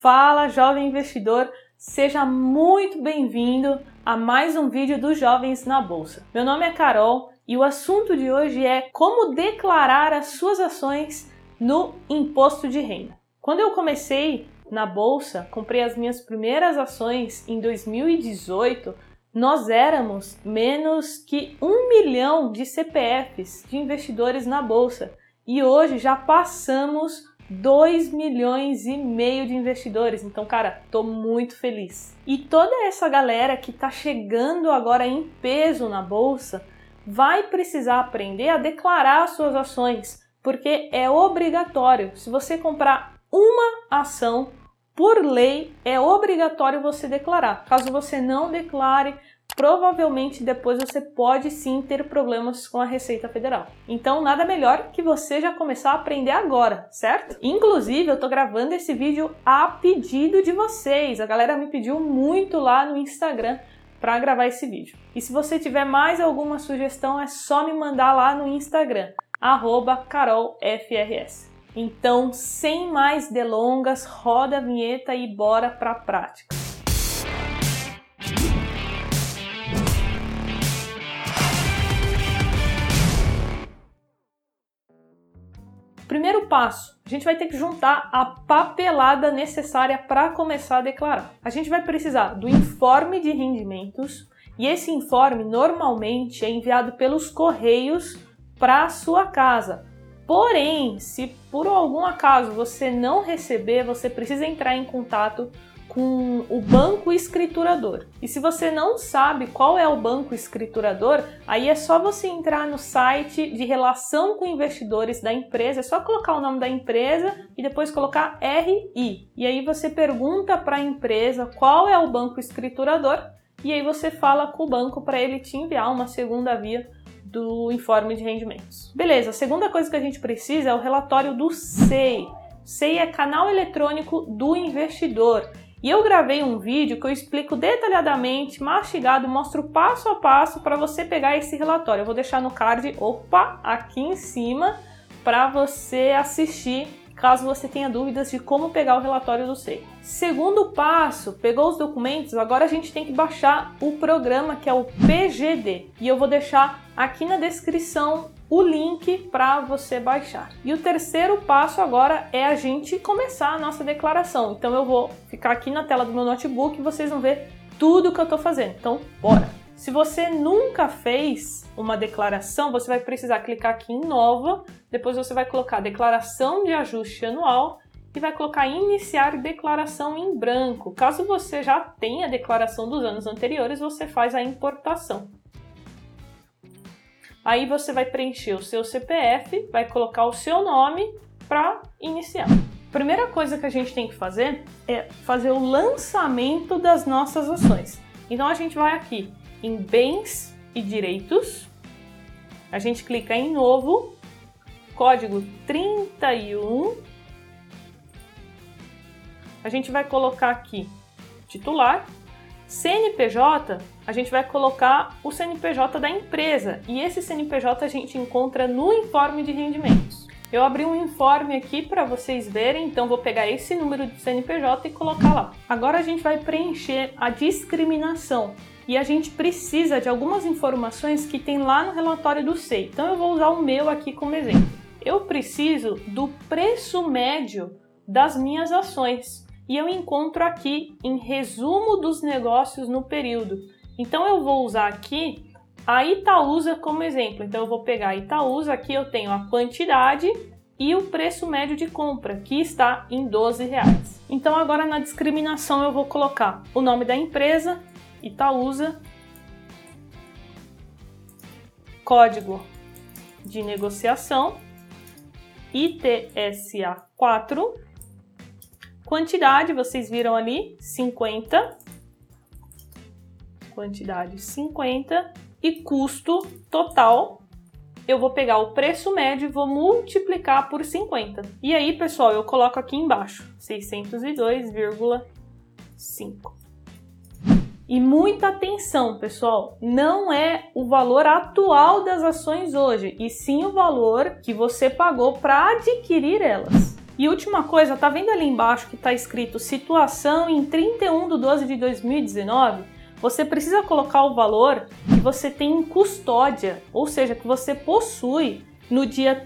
Fala, jovem investidor! Seja muito bem-vindo a mais um vídeo dos Jovens na Bolsa. Meu nome é Carol e o assunto de hoje é como declarar as suas ações no imposto de renda. Quando eu comecei na Bolsa, comprei as minhas primeiras ações em 2018, nós éramos menos que 1 milhão de CPFs de investidores na Bolsa e hoje já passamos 2,5 milhões de investidores. Então, cara, tô muito feliz. E toda essa galera que tá chegando agora em peso na Bolsa vai precisar aprender a declarar as suas ações, porque é obrigatório. Se você comprar uma ação, por lei, é obrigatório você declarar. Caso você não declare, provavelmente depois você pode sim ter problemas com a Receita Federal. Então, nada melhor que você já começar a aprender agora, certo? Inclusive, eu tô gravando esse vídeo a pedido de vocês. A galera me pediu muito lá no Instagram para gravar esse vídeo. E se você tiver mais alguma sugestão, é só me mandar lá no Instagram, @carolfrs. Então, sem mais delongas, roda a vinheta e bora para a prática. Primeiro passo, a gente vai ter que juntar a papelada necessária para começar a declarar. A gente vai precisar do informe de rendimentos e esse informe normalmente é enviado pelos correios para a sua casa. Porém, se por algum acaso você não receber, você precisa entrar em contato com o banco escriturador. E se você não sabe qual é o banco escriturador, aí é só você entrar no site de relação com investidores da empresa, é só colocar o nome da empresa e depois colocar RI. E aí você pergunta para a empresa qual é o banco escriturador e aí você fala com o banco para ele te enviar uma segunda via do informe de rendimentos. Beleza, a segunda coisa que a gente precisa é o relatório do SEI. SEI é Canal Eletrônico do Investidor. E eu gravei um vídeo que eu explico detalhadamente, mastigado, mostro passo a passo para você pegar esse relatório. Eu vou deixar no card, aqui em cima, para você assistir, caso você tenha dúvidas de como pegar o relatório do SEI. Segundo passo, pegou os documentos, agora a gente tem que baixar o programa que é o PGD. E eu vou deixar aqui na descrição o link para você baixar. E o terceiro passo agora é a gente começar a nossa declaração. Então eu vou ficar aqui na tela do meu notebook e vocês vão ver tudo que eu estou fazendo. Então, bora! Se você nunca fez uma declaração, você vai precisar clicar aqui em Nova, depois você vai colocar Declaração de Ajuste Anual e vai colocar Iniciar Declaração em branco. Caso você já tenha a declaração dos anos anteriores, você faz a importação. Aí você vai preencher o seu CPF, vai colocar o seu nome para iniciar. Primeira coisa que a gente tem que fazer é fazer o lançamento das nossas ações. Então a gente vai aqui em Bens e Direitos, a gente clica em Novo, código 31, a gente vai colocar aqui titular, CNPJ, a gente vai colocar o CNPJ da empresa e esse CNPJ a gente encontra no informe de rendimentos. Eu abri um informe aqui para vocês verem, então vou pegar esse número de CNPJ e colocar lá. Agora a gente vai preencher a discriminação e a gente precisa de algumas informações que tem lá no relatório do SEI. Então eu vou usar o meu aqui como exemplo. Eu preciso do preço médio das minhas ações. E eu encontro aqui em resumo dos negócios no período. Então eu vou usar aqui a Itaúsa como exemplo. Então eu vou pegar a Itaúsa, aqui eu tenho a quantidade e o preço médio de compra, que está em R$12. Então agora na discriminação eu vou colocar o nome da empresa, Itaúsa, código de negociação, ITSA 4, quantidade, vocês viram ali, 50. Quantidade 50. E custo total, eu vou pegar o preço médio e vou multiplicar por 50. E aí, pessoal, eu coloco aqui embaixo, 602,5. E muita atenção, pessoal, não é o valor atual das ações hoje, e sim o valor que você pagou para adquirir elas. E última coisa, tá vendo ali embaixo que está escrito situação em 31/12 de 2019? Você precisa colocar o valor que você tem em custódia, ou seja, que você possui no dia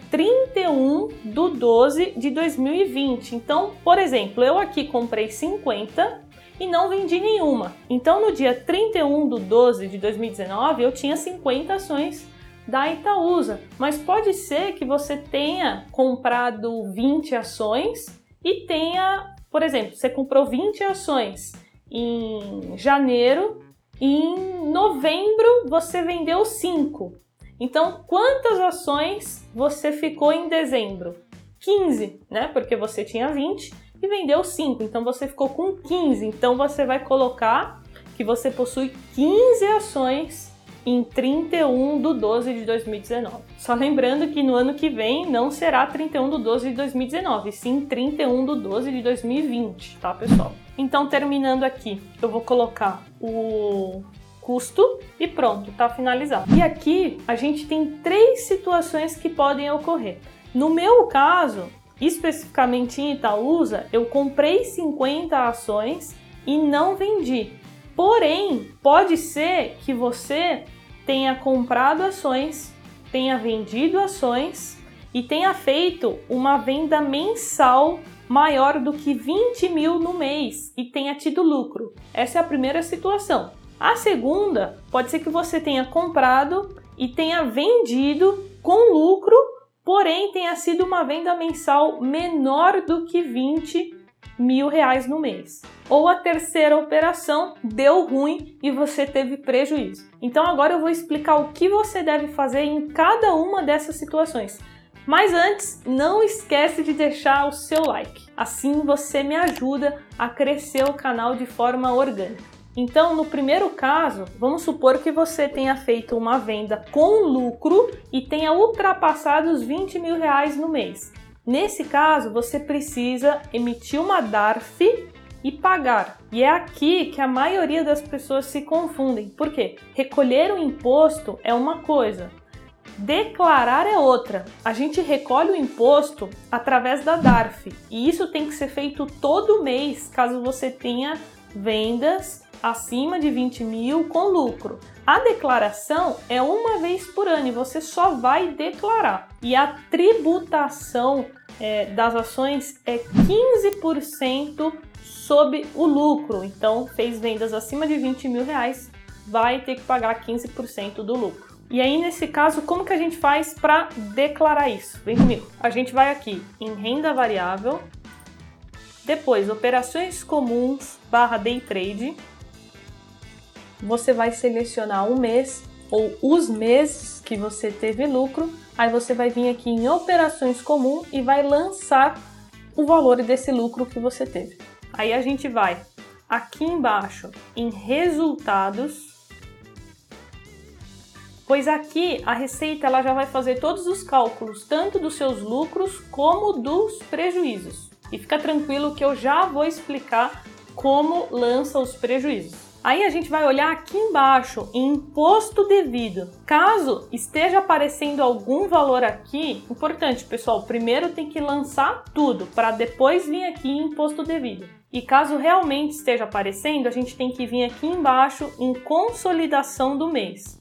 31/12 de 2020. Então, por exemplo, eu aqui comprei 50 e não vendi nenhuma. Então, no dia 31/12 de 2019, eu tinha 50 ações da Itaúsa, mas pode ser que você tenha comprado 20 ações e tenha, por exemplo, você comprou 20 ações em janeiro e em novembro você vendeu 5. Então, quantas ações você ficou em dezembro? 15, né? Porque você tinha 20 e vendeu 5, então você ficou com 15. Então, você vai colocar que você possui 15 ações em 31/12 de 2019. Só lembrando que no ano que vem não será 31/12 de 2019, sim 31/12 de 2020, tá, pessoal? Então, terminando aqui, eu vou colocar o custo e pronto, tá finalizado. E aqui a gente tem 3 situações que podem ocorrer. No meu caso, especificamente em Itaúsa, eu comprei 50 ações e não vendi. Porém, pode ser que você tenha comprado ações, tenha vendido ações e tenha feito uma venda mensal maior do que 20 mil no mês e tenha tido lucro. Essa é a primeira situação. A segunda, pode ser que você tenha comprado e tenha vendido com lucro, porém tenha sido uma venda mensal menor do que 20 mil reais no mês. Ou a terceira operação deu ruim e você teve prejuízo. Então agora eu vou explicar o que você deve fazer em cada uma dessas situações. Mas antes, não esquece de deixar o seu like. Assim você me ajuda a crescer o canal de forma orgânica. Então, no primeiro caso, vamos supor que você tenha feito uma venda com lucro e tenha ultrapassado os 20 mil reais no mês. Nesse caso, você precisa emitir uma DARF e pagar. E é aqui que a maioria das pessoas se confundem. Por quê? Recolher o imposto é uma coisa, declarar é outra. A gente recolhe o imposto através da DARF e isso tem que ser feito todo mês, caso você tenha vendas acima de 20 mil com lucro. A declaração é uma vez por ano e você só vai declarar. E a tributação das ações é 15% sobre o lucro. Então, fez vendas acima de 20 mil reais, vai ter que pagar 15% do lucro. E aí, nesse caso, como que a gente faz para declarar isso? Vem comigo. A gente vai aqui em renda variável, depois operações comuns / day trade. Você vai selecionar um mês ou os meses que você teve lucro. Aí você vai vir aqui em operações comuns e vai lançar o valor desse lucro que você teve. Aí a gente vai aqui embaixo em resultados, pois aqui a Receita ela já vai fazer todos os cálculos, tanto dos seus lucros como dos prejuízos. E fica tranquilo que eu já vou explicar como lança os prejuízos. Aí a gente vai olhar aqui embaixo em imposto devido. Caso esteja aparecendo algum valor aqui, importante pessoal, primeiro tem que lançar tudo para depois vir aqui em imposto devido. E caso realmente esteja aparecendo, a gente tem que vir aqui embaixo em consolidação do mês.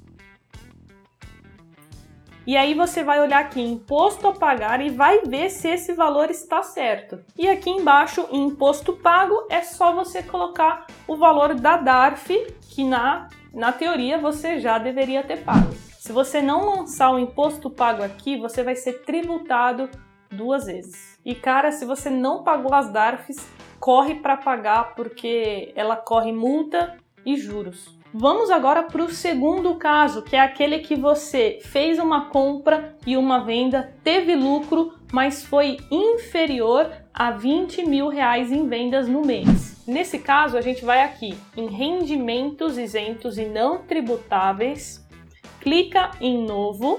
E aí você vai olhar aqui em imposto a pagar e vai ver se esse valor está certo. E aqui embaixo em imposto pago é só você colocar o valor da DARF, que na teoria você já deveria ter pago. Se você não lançar o imposto pago aqui, você vai ser tributado 2 vezes. E cara, se você não pagou as DARFs, corre para pagar porque ela corre multa e juros. Vamos agora para o segundo caso, que é aquele que você fez uma compra e uma venda, teve lucro, mas foi inferior a 20 mil reais em vendas no mês. Nesse caso, a gente vai aqui em rendimentos isentos e não tributáveis, clica em novo,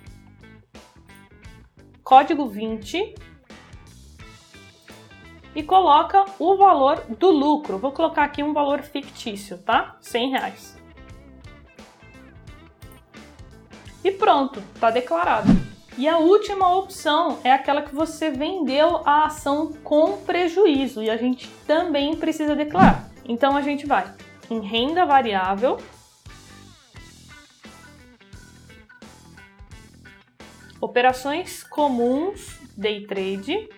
código 20 e coloca o valor do lucro. Vou colocar aqui um valor fictício, tá? 100 reais. E pronto, tá declarado. E a última opção é aquela que você vendeu a ação com prejuízo e a gente também precisa declarar. Então a gente vai em renda variável, operações comuns, day trade.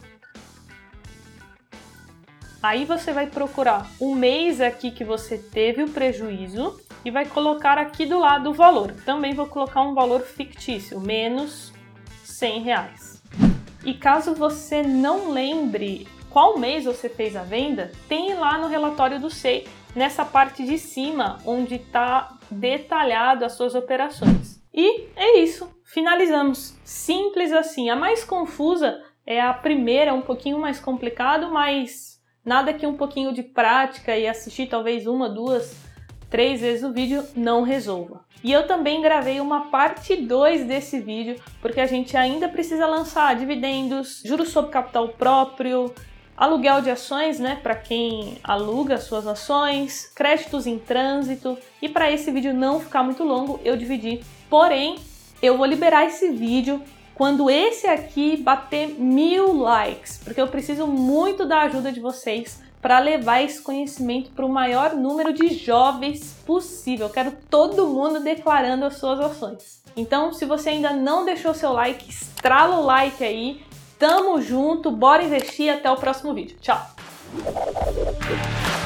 Aí você vai procurar o mês aqui que você teve o prejuízo e vai colocar aqui do lado o valor. Também vou colocar um valor fictício, menos R$100. E caso você não lembre qual mês você fez a venda, tem lá no relatório do SEI, nessa parte de cima, onde está detalhado as suas operações. E é isso, finalizamos. Simples assim. A mais confusa é a primeira, um pouquinho mais complicado, mas nada que um pouquinho de prática e assistir talvez 1, 2, 3 vezes o vídeo não resolva. E eu também gravei uma parte 2 desse vídeo, porque a gente ainda precisa lançar dividendos, juros sobre capital próprio, aluguel de ações, né, para quem aluga suas ações, créditos em trânsito. E para esse vídeo não ficar muito longo, eu dividi. Porém, eu vou liberar esse vídeo quando esse aqui bater 1000 likes, porque eu preciso muito da ajuda de vocês para levar esse conhecimento para o maior número de jovens possível. Eu quero todo mundo declarando as suas ações. Então, se você ainda não deixou seu like, estrala o like aí. Tamo junto, bora investir, até o próximo vídeo. Tchau!